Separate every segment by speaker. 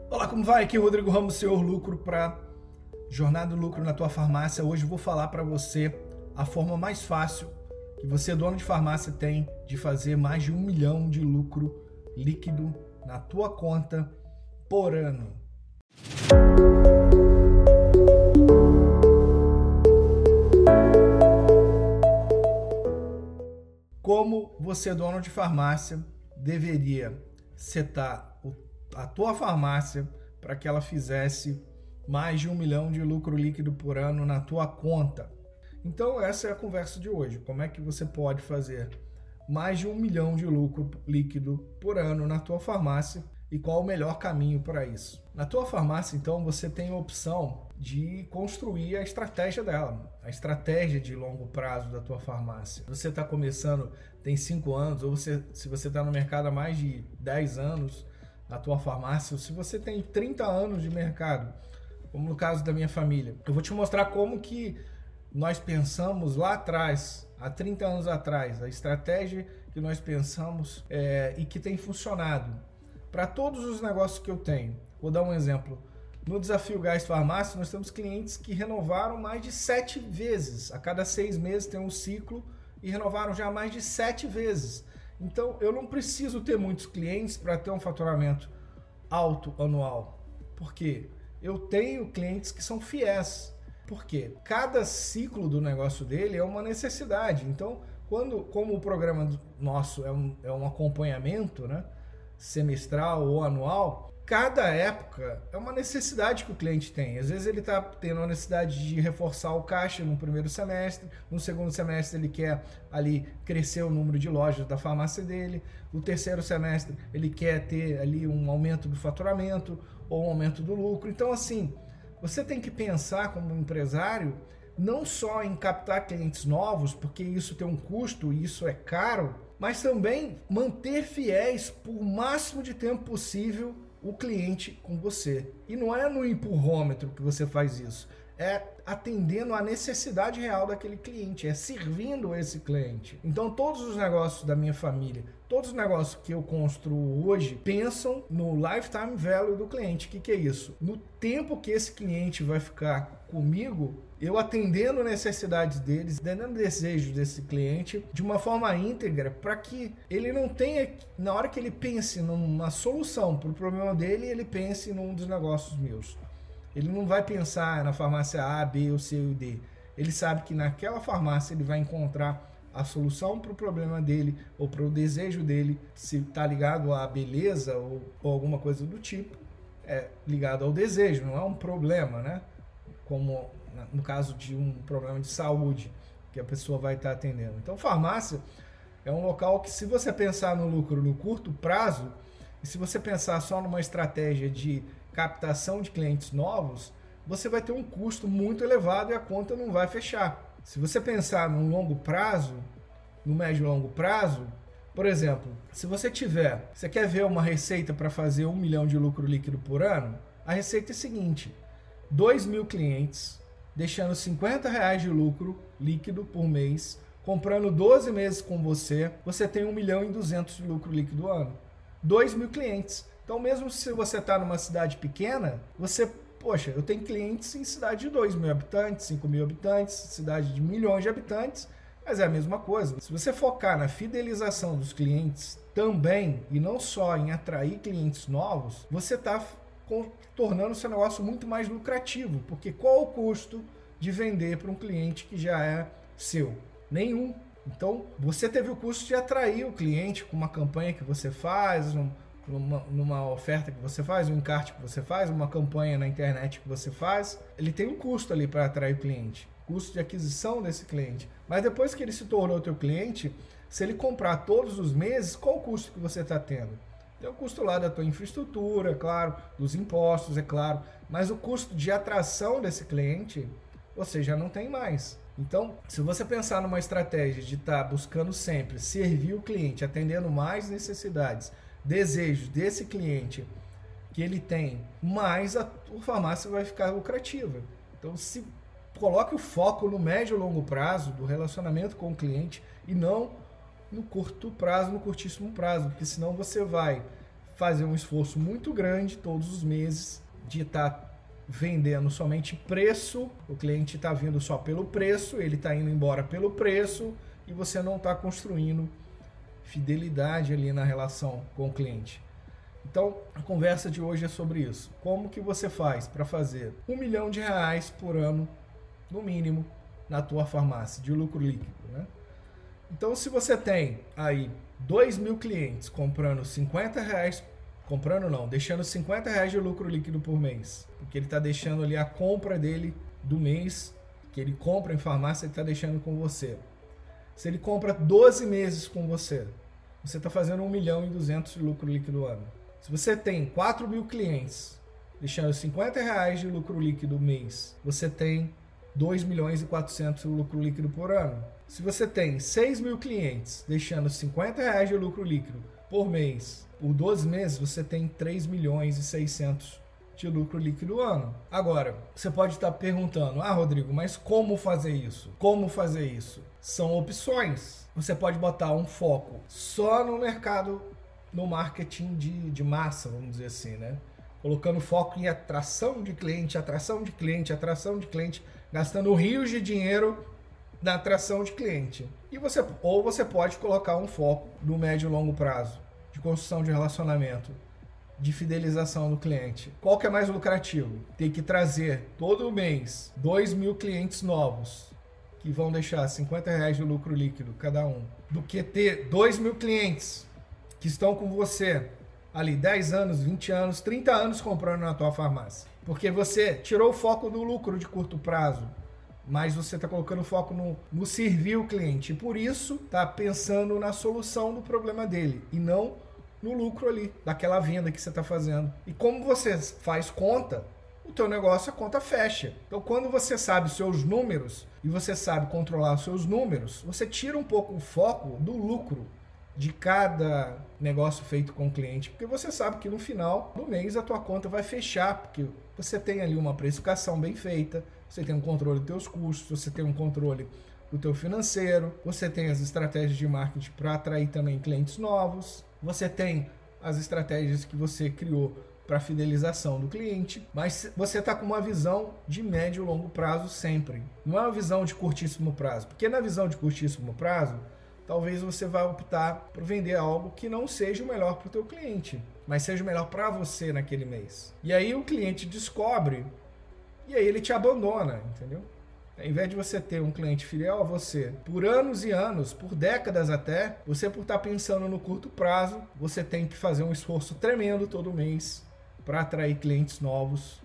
Speaker 1: Olá, como vai? Aqui é o Rodrigo Ramos, Senhor Lucro, para Jornada do Lucro na tua farmácia. Hoje eu vou falar para você a forma mais fácil que você, dono de farmácia, tem de fazer mais de 1 milhão de lucro líquido na tua conta por ano. Como você, dono de farmácia, deveria setar a tua farmácia para que ela fizesse mais de 1 milhão de lucro líquido por ano na tua conta. Então essa é a conversa de hoje. Como é que você pode fazer mais de 1 milhão de lucro líquido por ano na tua farmácia e qual o melhor caminho para isso? Na tua farmácia, então, você tem a opção de construir a estratégia dela, a estratégia de longo prazo da tua farmácia. Você está começando, tem 5 anos, ou se você está no mercado há mais de 10 anos, na tua farmácia, ou se você tem 30 anos de mercado, como no caso da minha família. Eu vou te mostrar como que nós pensamos lá atrás, há 30 anos atrás, a estratégia que nós pensamos e que tem funcionado para todos os negócios que eu tenho. Vou dar um exemplo. No Desafio Gás Farmácia, nós temos clientes que renovaram mais de 7 vezes. A cada 6 meses tem um ciclo e renovaram já mais de 7 vezes. Então, eu não preciso ter muitos clientes para ter um faturamento alto anual. Por quê? Eu tenho clientes que são fiéis. Por quê? Cada ciclo do negócio dele é uma necessidade. Então, como o programa nosso é um acompanhamento, né, semestral ou anual, cada época é uma necessidade que o cliente tem. Às vezes ele está tendo a necessidade de reforçar o caixa no primeiro semestre, no segundo semestre ele quer ali crescer o número de lojas da farmácia dele, no terceiro semestre ele quer ter ali um aumento do faturamento ou um aumento do lucro. Então, assim, você tem que pensar como empresário não só em captar clientes novos, porque isso tem um custo e isso é caro, mas também manter fiéis por o máximo de tempo possível o cliente com você. E não é no empurrômetro que você faz isso, é atendendo a necessidade real daquele cliente, é servindo esse cliente. Então todos os negócios da minha família, todos os negócios que eu construo hoje, pensam no lifetime value do cliente. O que é isso? No tempo que esse cliente vai ficar comigo, eu atendendo necessidades deles, atendendo desejos desse cliente de uma forma íntegra, para que ele não tenha, na hora que ele pense numa solução para o problema dele, ele pense num dos negócios meus. Ele não vai pensar na farmácia A, B, ou C ou D. Ele sabe que naquela farmácia ele vai encontrar a solução para o problema dele ou para o desejo dele, se está ligado à beleza ou alguma coisa do tipo, é ligado ao desejo, não é um problema, né? Como no caso de um problema de saúde que a pessoa vai estar atendendo. Então, farmácia é um local que, se você pensar no lucro no curto prazo, e se você pensar só numa estratégia de captação de clientes novos, você vai ter um custo muito elevado e a conta não vai fechar. Se você pensar no longo prazo, no médio e longo prazo, por exemplo, se você quer ver uma receita para fazer 1 milhão de lucro líquido por ano, a receita é a seguinte: 2.000 clientes, deixando R$50 de lucro líquido por mês, comprando 12 meses com você, você tem 1.200.000 de lucro líquido por ano. 2.000 clientes. Então, mesmo se você está numa cidade pequena, eu tenho clientes em cidade de 2.000 habitantes, 5.000 habitantes, cidade de milhões de habitantes, mas é a mesma coisa. Se você focar na fidelização dos clientes também, e não só em atrair clientes novos, você está tornando o seu negócio muito mais lucrativo, porque qual o custo de vender para um cliente que já é seu? Nenhum. Então, você teve o custo de atrair o cliente com uma campanha que você faz, numa oferta que você faz, um encarte que você faz, uma campanha na internet que você faz. Ele tem um custo ali para atrair o cliente, custo de aquisição desse cliente. Mas depois que ele se tornou teu cliente, se ele comprar todos os meses, qual o custo que você está tendo? Tem o custo lá da tua infraestrutura, é claro, dos impostos, é claro, mas o custo de atração desse cliente, você já não tem mais. Então, se você pensar numa estratégia de estar buscando sempre servir o cliente, atendendo mais necessidades, desejos desse cliente que ele tem, mais a tua farmácia vai ficar lucrativa. Então, se coloque o foco no médio e longo prazo do relacionamento com o cliente e não no curto prazo, no curtíssimo prazo, porque senão você vai fazer um esforço muito grande todos os meses de estar vendendo somente preço, o cliente está vindo só pelo preço, ele está indo embora pelo preço e você não está construindo fidelidade ali na relação com o cliente. Então, a conversa de hoje é sobre isso. Como que você faz para fazer R$1 milhão por ano, no mínimo, na tua farmácia, de lucro líquido, né? Então, se você tem aí 2.000 clientes comprando R$50, deixando R$50 de lucro líquido por mês, porque ele está deixando ali a compra dele do mês, que ele compra em farmácia, ele está deixando com você. Se ele compra 12 meses com você está fazendo R$1 milhão de lucro líquido ano. Se você tem 4.000 clientes deixando R$50 de lucro líquido mês, você tem 2.400.000 de lucro líquido por ano. Se você tem 6.000 clientes deixando R$50 de lucro líquido por mês, por 12 meses, você tem 3.600.000 de lucro líquido ano. Agora, você pode estar perguntando, Rodrigo, mas como fazer isso? Como fazer isso? São opções. Você pode botar um foco só no mercado, no marketing de massa, vamos dizer assim, né? Colocando foco em atração de cliente, gastando rios de dinheiro na atração de cliente. Ou você pode colocar um foco no médio e longo prazo, de construção de relacionamento, de fidelização do cliente. Qual que é mais lucrativo? Ter que trazer todo mês 2.000 clientes novos, que vão deixar R$50 de lucro líquido cada um, do que ter 2.000 clientes que estão com você ali 10 anos, 20 anos, 30 anos comprando na tua farmácia. Porque você tirou o foco do lucro de curto prazo, mas você está colocando foco no servir o cliente. E por isso está pensando na solução do problema dele e não no lucro ali, daquela venda que você está fazendo. E como você faz conta, o teu negócio, a conta fecha. Então, quando você sabe os seus números e você sabe controlar os seus números, você tira um pouco o foco do lucro de cada negócio feito com o cliente, porque você sabe que no final do mês a tua conta vai fechar, porque você tem ali uma precificação bem feita, você tem um controle dos teus custos, você tem um controle do teu financeiro, você tem as estratégias de marketing para atrair também clientes novos, você tem as estratégias que você criou para fidelização do cliente, mas você está com uma visão de médio e longo prazo sempre, não é uma visão de curtíssimo prazo, porque na visão de curtíssimo prazo, talvez você vá optar por vender algo que não seja o melhor para o teu cliente, mas seja o melhor para você naquele mês. E aí o cliente descobre e aí ele te abandona, entendeu? Ao invés de você ter um cliente fiel a você por anos e anos, por décadas até, você por estar pensando no curto prazo, você tem que fazer um esforço tremendo todo mês para atrair clientes novos.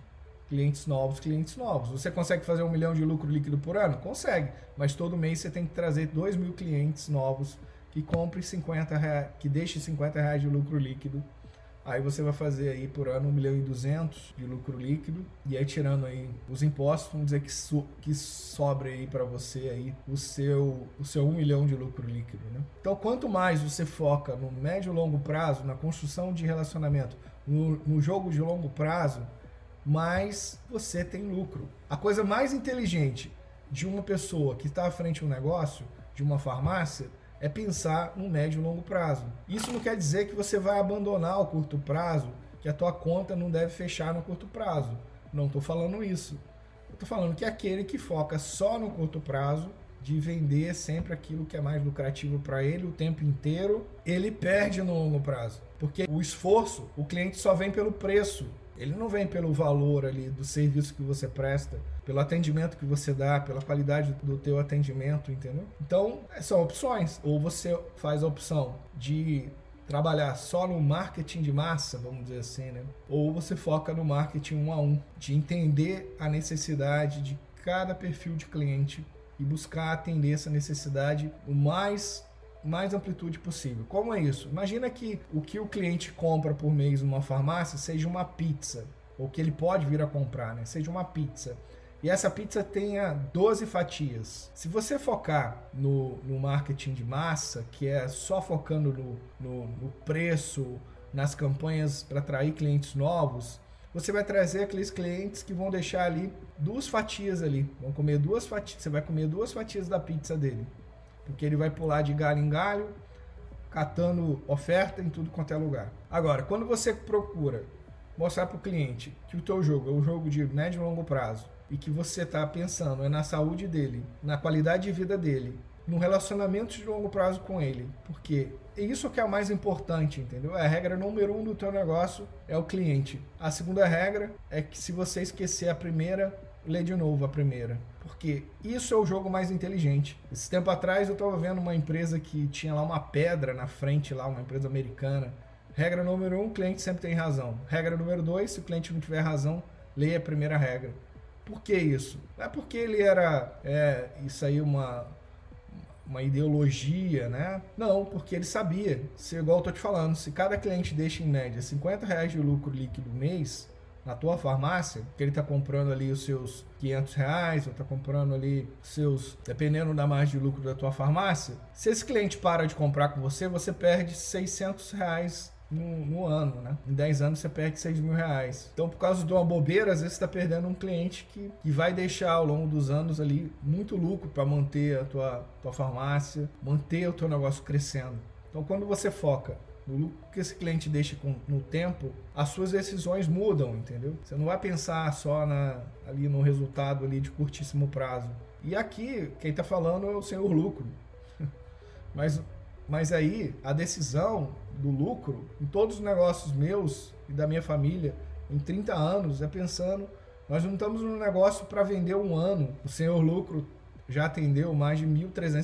Speaker 1: Você consegue fazer 1 milhão de lucro líquido por ano? Consegue, mas todo mês você tem que trazer 2.000 clientes novos que comprem R$50, que deixem R$50 de lucro líquido. Aí você vai fazer aí por ano 1.200.000 de lucro líquido e aí tirando aí os impostos, vamos dizer que sobre aí para você aí o seu 1 milhão de lucro líquido, né? Então quanto mais você foca no médio e longo prazo, na construção de relacionamento, no jogo de longo prazo, mais você tem lucro. A coisa mais inteligente de uma pessoa que está à frente de um negócio, de uma farmácia, é pensar no médio e longo prazo. Isso não quer dizer que você vai abandonar o curto prazo, que a tua conta não deve fechar no curto prazo. Não estou falando isso. Eu estou falando que aquele que foca só no curto prazo, de vender sempre aquilo que é mais lucrativo para ele o tempo inteiro, ele perde no longo prazo. Porque o esforço, o cliente só vem pelo preço. Ele não vem pelo valor ali do serviço que você presta, pelo atendimento que você dá, pela qualidade do teu atendimento, entendeu? Então, são opções. Ou você faz a opção de trabalhar só no marketing de massa, vamos dizer assim, né? Ou você foca no marketing 1 a 1, de entender a necessidade de cada perfil de cliente e buscar atender essa necessidade o mais amplitude possível. Como é isso? Imagina que o cliente compra por mês numa farmácia seja uma pizza, ou que ele pode vir a comprar, né? Seja uma pizza. E essa pizza tenha 12 fatias. Se você focar no marketing de massa, que é só focando no preço, nas campanhas para atrair clientes novos, você vai trazer aqueles clientes que vão deixar ali 2 fatias ali. Vão comer 2 fatias. Você vai comer 2 fatias da pizza dele. Porque ele vai pular de galho em galho, catando oferta em tudo quanto é lugar. Agora, quando você procura mostrar para o cliente que o teu jogo é um jogo de médio e longo prazo e que você está pensando na saúde dele, na qualidade de vida dele, no relacionamento de longo prazo com ele, porque isso que é o mais importante, entendeu? A regra número 1 do teu negócio é o cliente. A segunda regra é que se você esquecer a primeira, lê de novo a primeira, porque isso é o jogo mais inteligente. Esse tempo atrás eu estava vendo uma empresa que tinha lá uma pedra na frente, lá uma empresa americana. Regra número 1, o cliente sempre tem razão. Regra número 2, se o cliente não tiver razão, leia a primeira regra. Por que isso? Não é porque ele era isso aí uma ideologia, né? Não, porque ele sabia, igual eu tô te falando, se cada cliente deixa em média R$50 de lucro líquido mês na tua farmácia, que ele tá comprando ali os seus R$500, ou tá comprando ali seus, dependendo da margem de lucro da tua farmácia, se esse cliente para de comprar com você, você perde R$600 no ano, né? Em 10 anos você perde R$6.000. Então, por causa de uma bobeira, às vezes você está perdendo um cliente que vai deixar ao longo dos anos ali muito lucro para manter a tua farmácia, manter o teu negócio crescendo. Então, quando você foca no lucro que esse cliente deixa no tempo, as suas decisões mudam, entendeu? Você não vai pensar só ali no resultado ali de curtíssimo prazo. E aqui, quem está falando é o senhor lucro. Mas aí, a decisão do lucro, em todos os negócios meus e da minha família, em 30 anos, é pensando, nós não estamos no negócio para vender um ano. O senhor lucro já atendeu mais de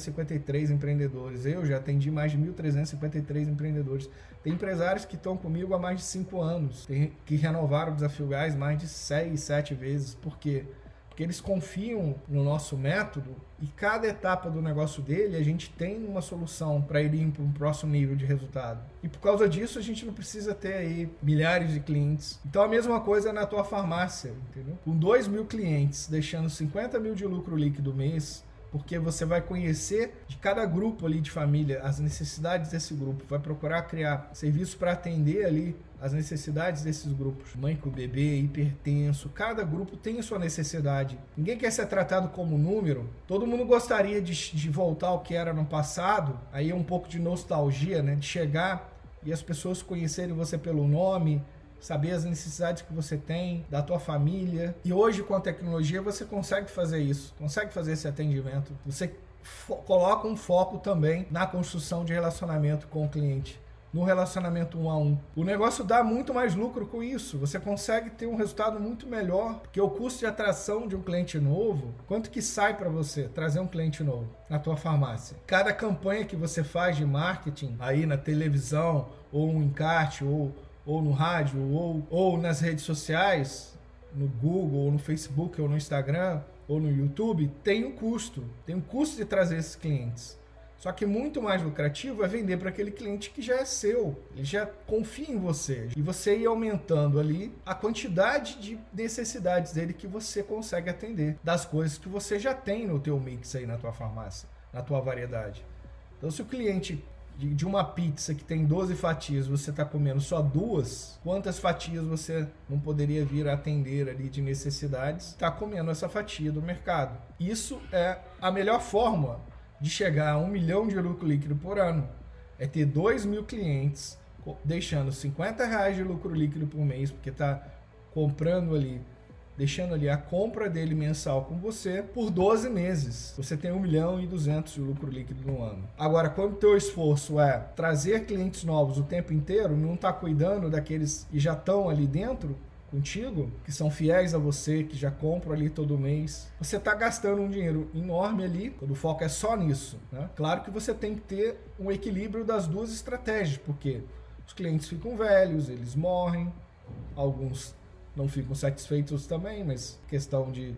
Speaker 1: 1.353 empreendedores. Eu já atendi mais de 1.353 empreendedores. Tem empresários que estão comigo há mais de 5 anos, que renovaram o Desafio Gás mais de 6, 7 vezes. Por quê? Porque eles confiam no nosso método e cada etapa do negócio dele a gente tem uma solução para ele ir para um próximo nível de resultado. E por causa disso a gente não precisa ter aí milhares de clientes. Então a mesma coisa na tua farmácia, entendeu? Com 2.000 clientes, deixando 50 mil de lucro líquido mês, porque você vai conhecer de cada grupo ali de família as necessidades desse grupo, vai procurar criar serviços para atender ali as necessidades desses grupos. Mãe com bebê, hipertenso, cada grupo tem a sua necessidade. Ninguém quer ser tratado como número. Todo mundo gostaria de voltar ao que era no passado. Aí é um pouco de nostalgia, né? De chegar e as pessoas conhecerem você pelo nome, saber as necessidades que você tem, da tua família. E hoje, com a tecnologia, você consegue fazer isso, consegue fazer esse atendimento. Você coloca um foco também na construção de relacionamento com o cliente, no relacionamento 1 a 1. O negócio dá muito mais lucro com isso. Você consegue ter um resultado muito melhor, porque o custo de atração de um cliente novo, quanto que sai para você trazer um cliente novo na tua farmácia? Cada campanha que você faz de marketing aí na televisão, ou um encarte, ou no rádio, ou nas redes sociais, no Google, ou no Facebook, ou no Instagram, ou no YouTube, tem um custo de trazer esses clientes. Só que muito mais lucrativo é vender para aquele cliente que já é seu, ele já confia em você. E você ir aumentando ali a quantidade de necessidades dele que você consegue atender, das coisas que você já tem no teu mix aí na tua farmácia, na tua variedade. Então se o cliente de uma pizza que tem 12 fatias, você está comendo só 2, quantas fatias você não poderia vir a atender ali de necessidades? Está comendo essa fatia do mercado. Isso é a melhor forma de chegar a 1 milhão de lucro líquido por ano. É ter 2.000 clientes deixando R$50 de lucro líquido por mês, porque está comprando ali, deixando ali a compra dele mensal com você por 12 meses. Você tem 1.200.000 de lucro líquido no ano. Agora, quando o teu esforço é trazer clientes novos o tempo inteiro, não está cuidando daqueles que já estão ali dentro contigo, que são fiéis a você, que já compram ali todo mês, você está gastando um dinheiro enorme ali, quando o foco é só nisso, né? Claro que você tem que ter um equilíbrio das duas estratégias, porque os clientes ficam velhos, eles morrem, alguns não ficam satisfeitos também, mas questão de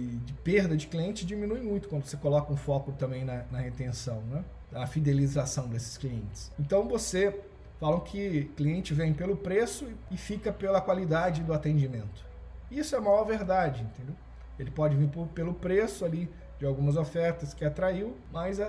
Speaker 1: perda de cliente diminui muito quando você coloca um foco também na retenção, né? A fidelização desses clientes. Então você falam que cliente vem pelo preço e fica pela qualidade do atendimento. Isso é a maior verdade, entendeu? Ele pode vir pelo preço ali de algumas ofertas que atraiu, mas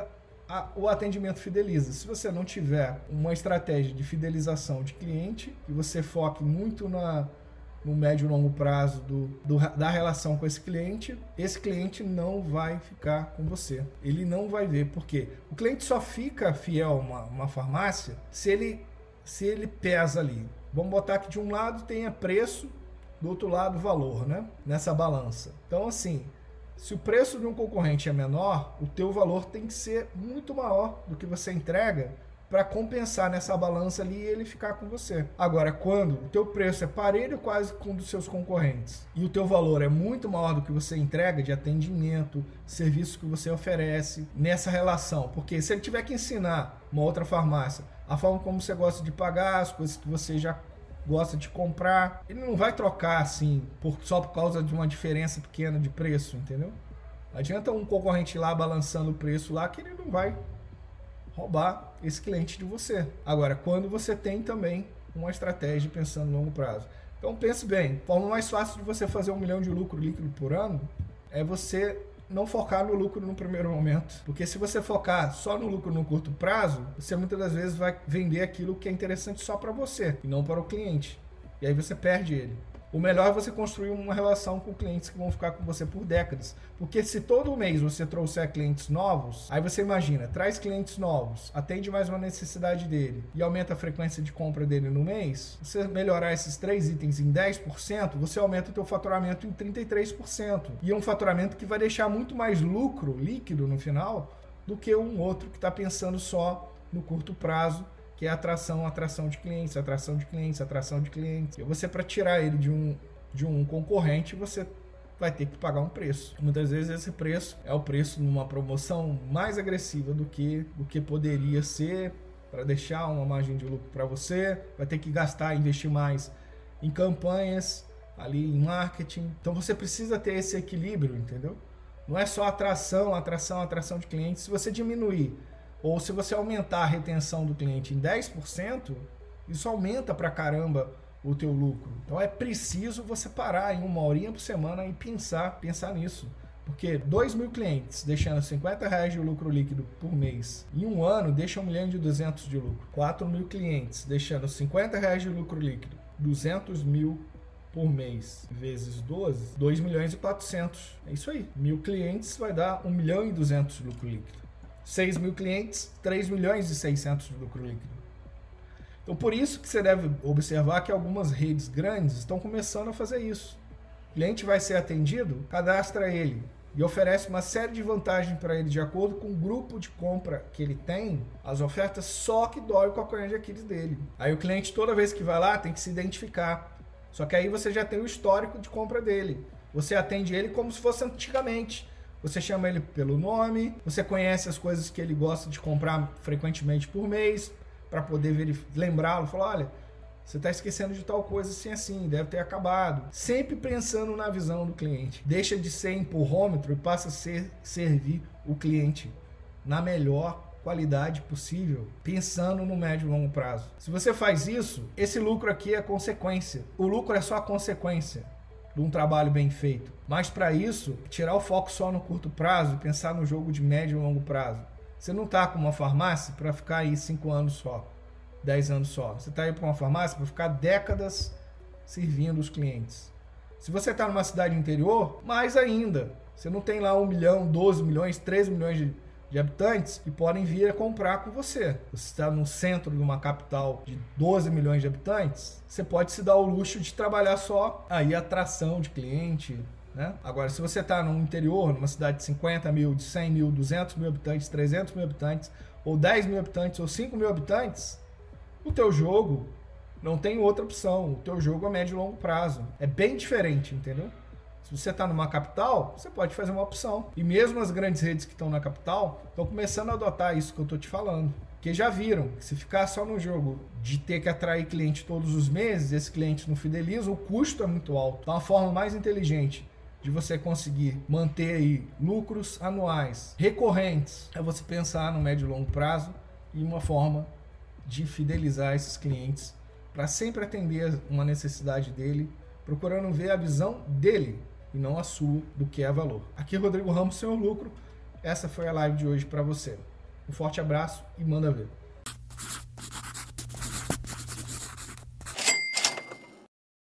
Speaker 1: o atendimento fideliza. Se você não tiver uma estratégia de fidelização de cliente e você foque muito no médio e longo prazo da relação com esse cliente não vai ficar com você. Ele não vai ver. Por quê? O cliente só fica fiel a uma farmácia se ele pesa ali. Vamos botar que de um lado tenha preço, do outro lado valor, né? Nessa balança. Então, assim, se o preço de um concorrente é menor, o teu valor tem que ser muito maior do que você entrega para compensar nessa balança ali e ele ficar com você. Agora, quando o teu preço é parelho quase com o dos seus concorrentes e o teu valor é muito maior do que você entrega de atendimento, serviço que você oferece nessa relação, porque se ele tiver que ensinar uma outra farmácia a forma como você gosta de pagar, as coisas que você já gosta de comprar, ele não vai trocar assim só por causa de uma diferença pequena de preço, entendeu? Não adianta um concorrente lá balançando o preço lá que ele não vai roubar esse cliente de você. Agora, quando você tem também uma estratégia pensando no longo prazo. Então pense bem, a forma mais fácil de você fazer 1 milhão de lucro líquido por ano é você não focar no lucro no primeiro momento. Porque se você focar só no lucro no curto prazo, você muitas das vezes vai vender aquilo que é interessante só para você e não para o cliente. E aí você perde ele. O melhor é você construir uma relação com clientes que vão ficar com você por décadas. Porque se todo mês você trouxer clientes novos, aí você imagina, traz clientes novos, atende mais uma necessidade dele e aumenta a frequência de compra dele no mês, você melhorar esses 3 itens em 10%, você aumenta o teu faturamento em 33%. E é um faturamento que vai deixar muito mais lucro líquido no final do que um outro que está pensando só no curto prazo, que é atração de clientes. E você, para tirar ele de um concorrente, você vai ter que pagar um preço. Muitas vezes esse preço é o preço numa promoção mais agressiva do que poderia ser para deixar uma margem de lucro para você. Vai ter que investir mais em campanhas, ali em marketing. Então você precisa ter esse equilíbrio, entendeu? Não é só atração de clientes. Se você diminuir ou se você aumentar a retenção do cliente em 10%, isso aumenta pra caramba o teu lucro. Então é preciso você parar em 1 horinha por semana e pensar nisso. Porque 2.000 clientes deixando R$50 de lucro líquido por mês, em um ano deixa 1.200.000 de lucro. 4.000 clientes deixando R$50 de lucro líquido, 200.000 por mês, vezes 12, 2.400.000. É isso aí. 1.000 clientes vai dar 1.200.000 de lucro líquido. 6.000 clientes, 3.600.000 de lucro líquido. Então, por isso que você deve observar que algumas redes grandes estão começando a fazer isso. O cliente vai ser atendido, cadastra ele e oferece uma série de vantagens para ele de acordo com o grupo de compra que ele tem, as ofertas só que dói o calcanhar de Aquiles dele. Aí o cliente, toda vez que vai lá, tem que se identificar. Só que aí você já tem o histórico de compra dele. Você atende ele como se fosse antigamente. Você chama ele pelo nome, você conhece as coisas que ele gosta de comprar frequentemente por mês, para poder lembrá-lo, falar, olha, você está esquecendo de tal coisa assim, deve ter acabado. Sempre pensando na visão do cliente. Deixa de ser empurrômetro e passa a servir o cliente na melhor qualidade possível, pensando no médio e longo prazo. Se você faz isso, esse lucro aqui é consequência. O lucro é só a consequência de um trabalho bem feito. Mas para isso, tirar o foco só no curto prazo e pensar no jogo de médio e longo prazo. Você não está com uma farmácia para ficar aí 5 anos só, 10 anos só. Você está aí para uma farmácia para ficar décadas servindo os clientes. Se você está numa cidade interior, mais ainda. Você não tem lá 1 milhão, 12 milhões, 13 milhões de habitantes que podem vir a comprar com você. Você está no centro de uma capital de 12 milhões de habitantes, você pode se dar o luxo de trabalhar só aí atração de cliente, né? Agora, se você está no interior, numa cidade de 50 mil, de 100 mil, 200 mil habitantes, 300 mil habitantes, ou 10 mil habitantes, ou 5 mil habitantes, o teu jogo não tem outra opção. O teu jogo é médio e longo prazo. É bem diferente, entendeu? Se você está numa capital, você pode fazer uma opção. E mesmo as grandes redes que estão na capital estão começando a adotar isso que eu estou te falando. Porque já viram que se ficar só no jogo de ter que atrair cliente todos os meses, esse cliente não fideliza, o custo é muito alto. Então a forma mais inteligente de você conseguir manter aí lucros anuais recorrentes é você pensar no médio e longo prazo e uma forma de fidelizar esses clientes para sempre atender uma necessidade dele, procurando ver a visão dele e não a sua do que é valor. Aqui é Rodrigo Ramos, Senhor Lucro. Essa foi a live de hoje para você. Um forte abraço e manda ver.